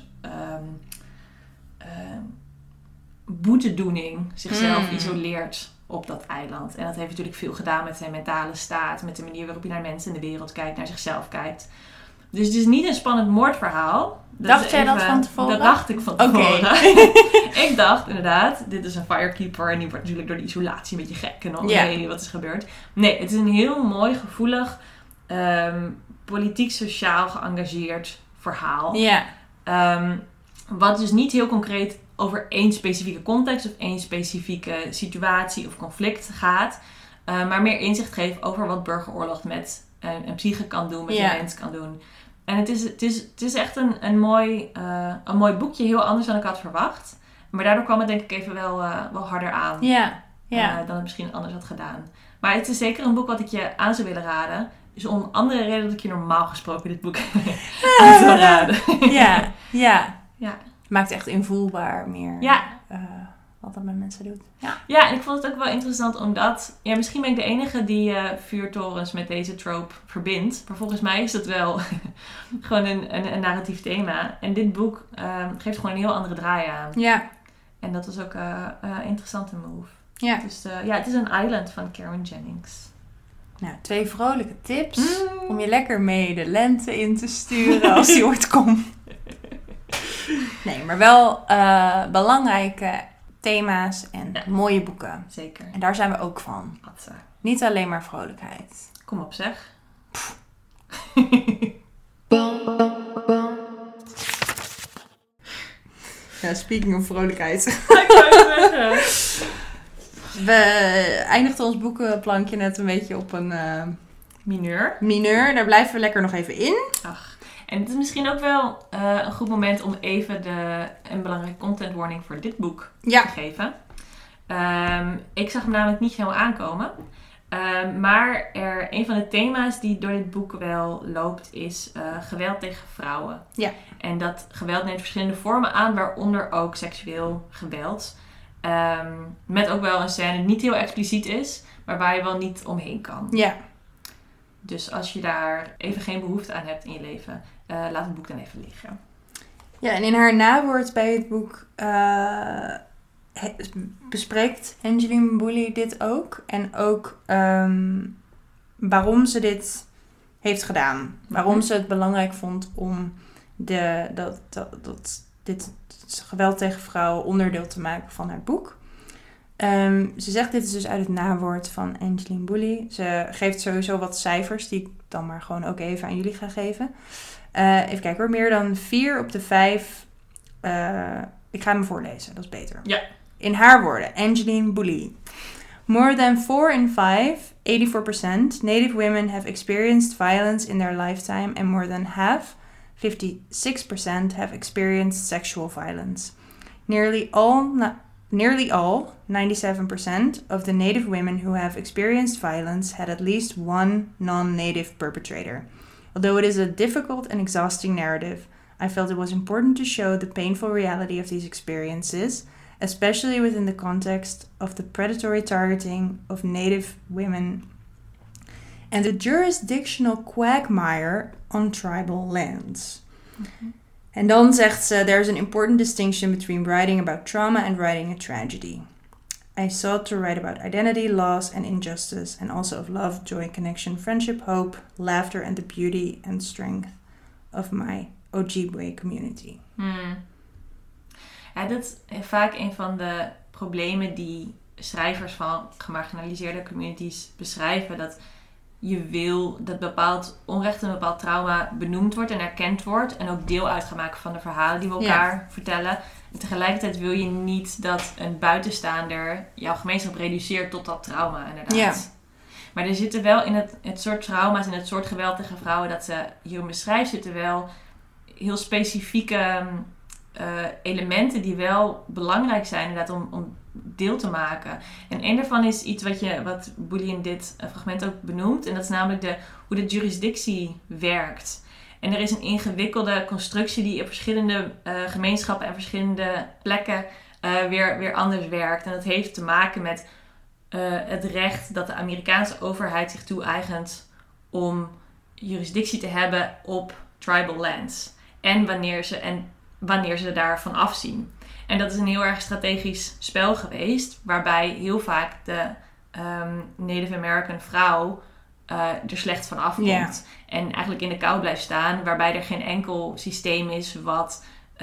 boetedoening zichzelf isoleert op dat eiland. En dat heeft natuurlijk veel gedaan met zijn mentale staat, met de manier waarop hij naar mensen in de wereld kijkt, naar zichzelf kijkt. Dus het is niet een spannend moordverhaal. Dacht jij dat van tevoren? Dat dacht ik van tevoren. Okay. Ik dacht inderdaad, dit is een firekeeper en die wordt natuurlijk door de isolatie een beetje gek. En nee, wat is gebeurd? Nee, het is een heel mooi, gevoelig, politiek-sociaal geëngageerd verhaal. Ja. Wat dus niet heel concreet over één specifieke context of één specifieke situatie of conflict gaat. Maar meer inzicht geeft over wat burgeroorlog met een psyche kan doen, met een mens kan doen. En het is echt een mooi boekje, heel anders dan ik had verwacht. Maar daardoor kwam het denk ik even wel harder aan dan het misschien anders had gedaan. Maar het is zeker een boek wat ik je aan zou willen raden. Dus om andere reden dat ik je normaal gesproken dit boek aan zou raden. Ja. Het maakt echt invoelbaar meer wat dat met mensen doet. Ja, en ik vond het ook wel interessant omdat... Ja, misschien ben ik de enige die vuurtorens met deze trope verbindt. Maar volgens mij is dat wel gewoon een narratief thema. En dit boek geeft gewoon een heel andere draai aan. Ja. En dat was ook een interessante move. Ja. Dus het is An Island van Karen Jennings. Nou, 2 vrolijke tips om je lekker mee de lente in te sturen als die ooit komt. Nee, maar wel belangrijke thema's en mooie boeken. Zeker. En daar zijn we ook van. Niet alleen maar vrolijkheid. Kom op zeg. Ja, speaking of vrolijkheid. Ik wou het zeggen. We eindigden ons boekenplankje net een beetje op een mineur. Daar blijven we lekker nog even in. Ach. En het is misschien ook wel een goed moment om even een belangrijke content warning voor dit boek te geven. Ik zag hem namelijk niet helemaal aankomen. Maar een van de thema's die door dit boek wel loopt is geweld tegen vrouwen. Ja. En dat geweld neemt verschillende vormen aan, waaronder ook seksueel geweld. Met ook wel een scène die niet heel expliciet is, maar waar je wel niet omheen kan. Ja. Dus als je daar even geen behoefte aan hebt in je leven, laat het boek dan even liggen. Ja, en in haar nawoord bij het boek bespreekt Angeline Mbuli dit ook. En ook waarom ze dit heeft gedaan. Waarom ze het belangrijk vond om dit geweld tegen vrouwen onderdeel te maken van haar boek. Ze zegt, dit is dus uit het nawoord van Angeline Boulley. Ze geeft sowieso wat cijfers, die ik dan maar gewoon ook even aan jullie ga geven. Even kijken hoor, meer dan 4 op de 5... ik ga hem voorlezen, dat is beter. Ja. In haar woorden, Angeline Boulley. More than 4 in 5, 84%, Native women have experienced violence in their lifetime, and more than half, 56%, have experienced sexual violence. Nearly all, 97% of the Native women who have experienced violence had at least one non-Native perpetrator. Although it is a difficult and exhausting narrative, I felt it was important to show the painful reality of these experiences, especially within the context of the predatory targeting of Native women and the jurisdictional quagmire on tribal lands. Mm-hmm. En dan zegt ze, there's an important distinction between writing about trauma and writing a tragedy. I sought to write about identity, loss and injustice, and also of love, joy, connection, friendship, hope, laughter and the beauty and strength of my Ojibwe community. Ja, dat is vaak een van de problemen die schrijvers van gemarginaliseerde communities beschrijven. Dat je wil dat bepaald onrecht en bepaald trauma benoemd wordt en erkend wordt. En ook deel uit gaan maken van de verhalen die we elkaar vertellen. En tegelijkertijd wil je niet dat een buitenstaander jouw gemeenschap reduceert tot dat trauma inderdaad. Ja. Maar er zitten wel in het soort trauma's en het soort geweld tegen vrouwen dat ze hier beschrijft, zitten wel heel specifieke elementen die wel belangrijk zijn inderdaad om deel te maken. En een daarvan is iets wat Boulley in dit fragment ook benoemt. En dat is namelijk hoe de jurisdictie werkt. En er is een ingewikkelde constructie die op verschillende gemeenschappen en verschillende plekken weer anders werkt. En dat heeft te maken met het recht dat de Amerikaanse overheid zich toe-eigent om jurisdictie te hebben op tribal lands. En wanneer ze daarvan afzien. En dat is een heel erg strategisch spel geweest, waarbij heel vaak de Native American vrouw er slecht van afkomt. Yeah. En eigenlijk in de kou blijft staan, waarbij er geen enkel systeem is wat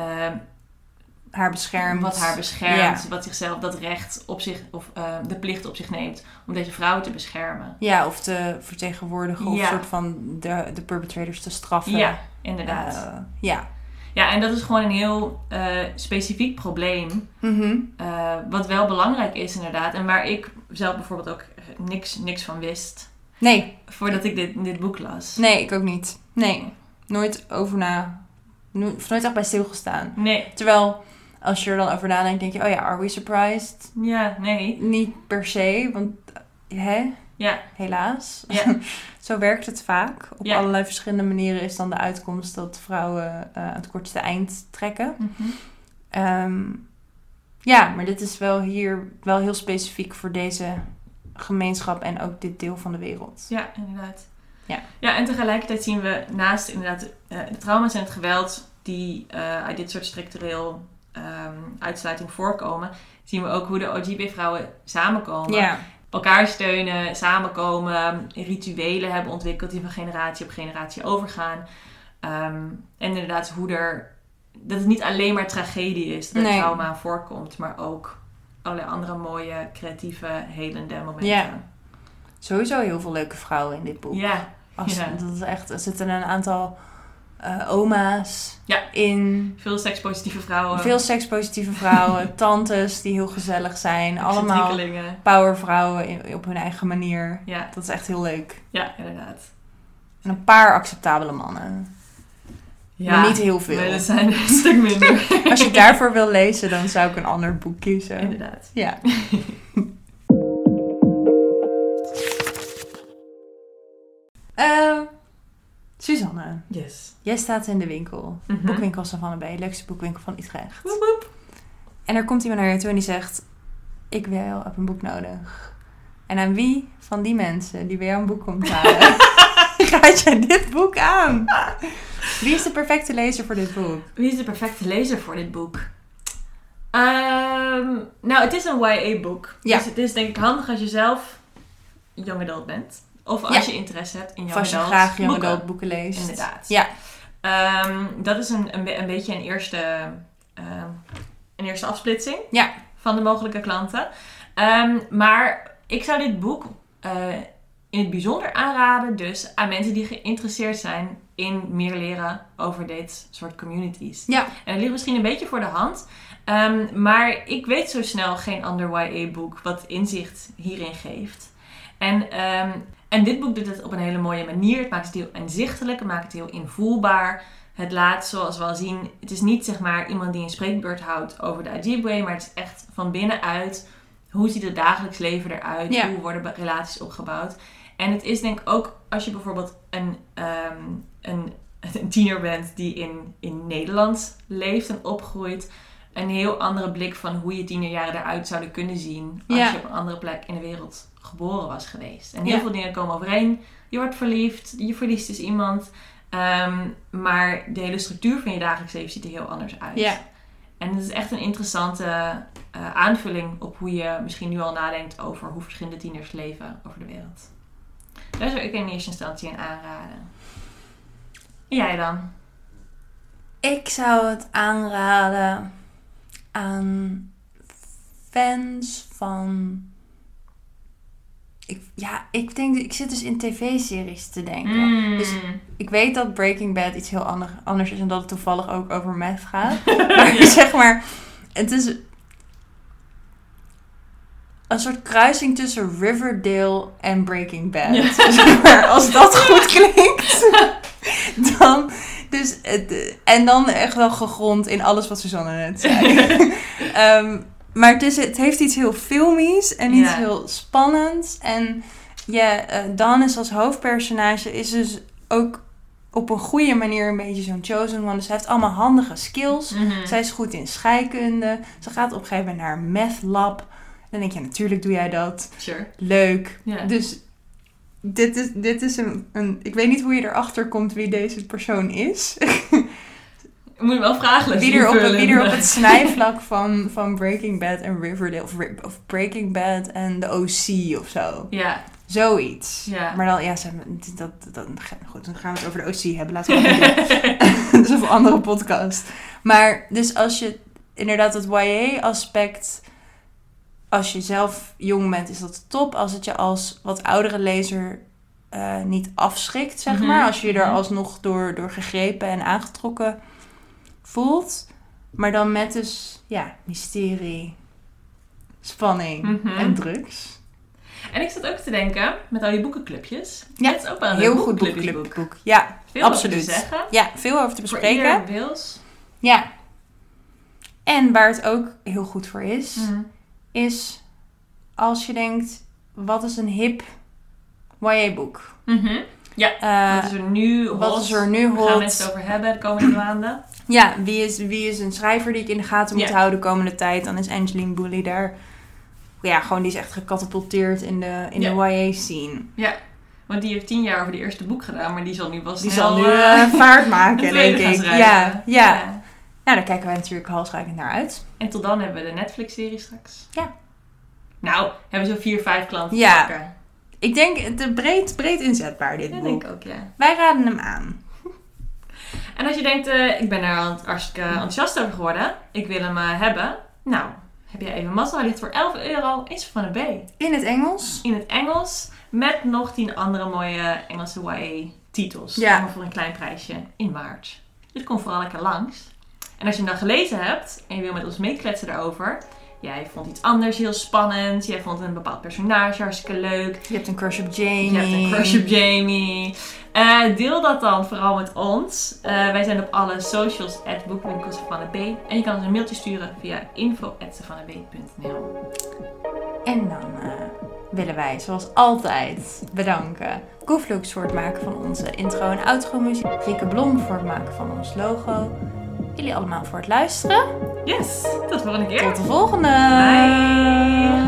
haar beschermt. Yeah. Wat zichzelf dat recht op zich, of de plicht op zich neemt om deze vrouwen te beschermen. Ja, of te vertegenwoordigen of soort van de perpetrators te straffen. Ja, inderdaad. Ja, en dat is gewoon een heel specifiek probleem. Mm-hmm. Wat wel belangrijk is inderdaad. En waar ik zelf bijvoorbeeld ook niks van wist. Nee. Voordat ik dit boek las. Nee, ik ook niet. Nee. Nooit nooit echt bij stilgestaan. Nee. Terwijl, als je er dan over nadenkt, denk je, oh ja, are we surprised? Ja, nee. Niet per se, want ja. Helaas. Ja. Zo werkt het vaak. Op allerlei verschillende manieren is dan de uitkomst dat vrouwen aan het kortste eind trekken. Mm-hmm. Maar dit is wel hier wel heel specifiek voor deze gemeenschap en ook dit deel van de wereld. Ja, inderdaad. Ja, en tegelijkertijd zien we naast inderdaad de trauma's en het geweld die uit dit soort structureel uitsluiting voorkomen, zien we ook hoe de Ojibwe-vrouwen samenkomen. Ja. Elkaar steunen, samenkomen, rituelen hebben ontwikkeld die van generatie op generatie overgaan. En inderdaad dat het niet alleen maar tragedie is dat er trauma voorkomt, maar ook allerlei andere mooie, creatieve, helende momenten. Ja. Sowieso heel veel leuke vrouwen in dit boek. Ja. Dat is echt, er zitten een aantal oma's in. Veel sekspositieve vrouwen. Tantes die heel gezellig zijn. Allemaal powervrouwen op hun eigen manier. Ja. Dat is echt heel leuk. Ja, inderdaad. En een paar acceptabele mannen. Ja, maar niet heel veel. Nee, dat zijn er een stuk minder. Als je daarvoor wil lezen, dan zou ik een ander boek kiezen. Inderdaad. Ja. Suzanne. Yes. Jij staat in de winkel. Mm-hmm. Boekwinkel Savannah Bay, leukste boekwinkel van Utrecht. Woep woep. En er komt iemand naar je toe en die zegt, ik heb een boek nodig. En aan wie van die mensen die bij jou een boek komt halen, raad jij dit boek aan? Wie is de perfecte lezer voor dit boek? Nou, het is een YA-boek. Ja. Dus het is denk ik handig als je zelf young adult bent. Of als je interesse hebt in young adult boeken. Als je graag young adult boeken leest. Inderdaad. Ja. Dat is een beetje een eerste afsplitsing van de mogelijke klanten. Maar ik zou dit boek in het bijzonder aanraden dus aan mensen die geïnteresseerd zijn in meer leren over dit soort communities. Ja. En het ligt misschien een beetje voor de hand. Maar ik weet zo snel geen ander YA-boek wat inzicht hierin geeft. En dit boek doet het op een hele mooie manier. Het maakt het heel inzichtelijk, het maakt het heel invoelbaar. Het laat, zoals we al zien, het is niet zeg maar iemand die een spreekbeurt houdt over de Ojibwe, maar het is echt van binnenuit. Hoe ziet het dagelijks leven eruit? Ja. Hoe worden relaties opgebouwd? En het is denk ik ook, als je bijvoorbeeld een tiener bent die in Nederland leeft en opgroeit, een heel andere blik van hoe je tienerjaren eruit zouden kunnen zien als je op een andere plek in de wereld geboren was geweest. En heel veel dingen komen overeen. Je wordt verliefd, je verliest dus iemand. Maar de hele structuur van je dagelijks leven ziet er heel anders uit. Ja. En het is echt een interessante aanvulling op hoe je misschien nu al nadenkt over hoe verschillende tieners leven over de wereld. Daar zou ik in eerste instantie aan aanraden. En jij dan? Ik zou het aanraden aan fans van... Ik zit dus in tv-series te denken. Dus ik weet dat Breaking Bad iets heel anders is en dat het toevallig ook over meth gaat. Maar zeg maar, het is een soort kruising tussen Riverdale en Breaking Bad. Ja. Zeg maar, als dat goed klinkt, dan... Dus en dan echt wel gegrond in alles wat Suzanne net zei. Maar het heeft iets heel filmies en iets heel spannends. En Dan is als hoofdpersonage is dus ook op een goede manier een beetje zo'n chosen one. Dus zij heeft allemaal handige skills. Mm-hmm. Zij is goed in scheikunde. Ze gaat op een gegeven moment naar een meth lab. Dan denk je, natuurlijk doe jij dat. Sure. Leuk. Yeah. Dus dit is een... Ik weet niet hoe je erachter komt wie deze persoon is. Je moet wel vragen. Wie er op het snijvlak van Breaking Bad en Riverdale... Of Breaking Bad en The O.C. of zo. Ja. Zoiets. Ja. Maar dan, goed, dan gaan we het over de O.C. hebben. Laten we het doen. Dat is een andere podcast. Maar dus als je inderdaad het YA-aspect... Als je zelf jong bent, is dat top. Als het je als wat oudere lezer niet afschrikt, zeg maar. Als je je er alsnog door gegrepen en aangetrokken voelt. Maar dan met dus, mysterie, spanning en drugs. En ik zat ook te denken, met al die boekenclubjes. Ja, dat is ook wel een heel goed boek. Ja, veel absoluut. Over te zeggen. Ja, veel over te bespreken. Voor ieder wils. Ja. En waar het ook heel goed voor is... is als je denkt, wat is een hip YA-boek? Ja, wat is er nu hot? Wat is er nu hot? Waar gaan mensen het over hebben de komende maanden? Ja, wie is een schrijver die ik in de gaten moet houden de komende tijd? Dan is Angeline Boulley daar. Ja, gewoon die is echt gecatapulteerd in de YA-scene. Ja, want die heeft 10 jaar over die eerste boek gedaan, maar die zal nu wel snel... Die zal nu vaart maken, denk ik. Ja. Nou, daar kijken wij natuurlijk halsreikend naar uit. En tot dan hebben we de Netflix-serie straks. Ja. Nou, hebben we zo 4-5 klanten te pakken. Ik denk, het breed inzetbaar, dit boek. Dat denk ik ook, ja. Wij raden hem aan. En als je denkt, ik ben er hartstikke enthousiast over geworden. Ik wil hem hebben. Nou, heb je even mazzel. Hij ligt voor €11 in Savannah Bay. In het Engels. In het Engels. Met nog 10 andere mooie Engelse YA-titels. Ja. Allemaal voor een klein prijsje in maart. Dus kom vooral lekker langs. En als je hem dan gelezen hebt en je wil met ons meekletsen daarover... Jij vond iets anders heel spannend. Jij vond een bepaald personage hartstikke leuk. Je hebt een crush op Jamie. Deel dat dan vooral met ons. Wij zijn op alle socials @boekwinkel Savannah Bay. En je kan ons een mailtje sturen via info@savannahbay.nl. En dan willen wij zoals altijd bedanken Koeflux voor het maken van onze intro en outro muziek. Rieke Blom voor het maken van ons logo. Jullie allemaal voor het luisteren. Yes, tot de volgende keer. Tot de volgende. Bye.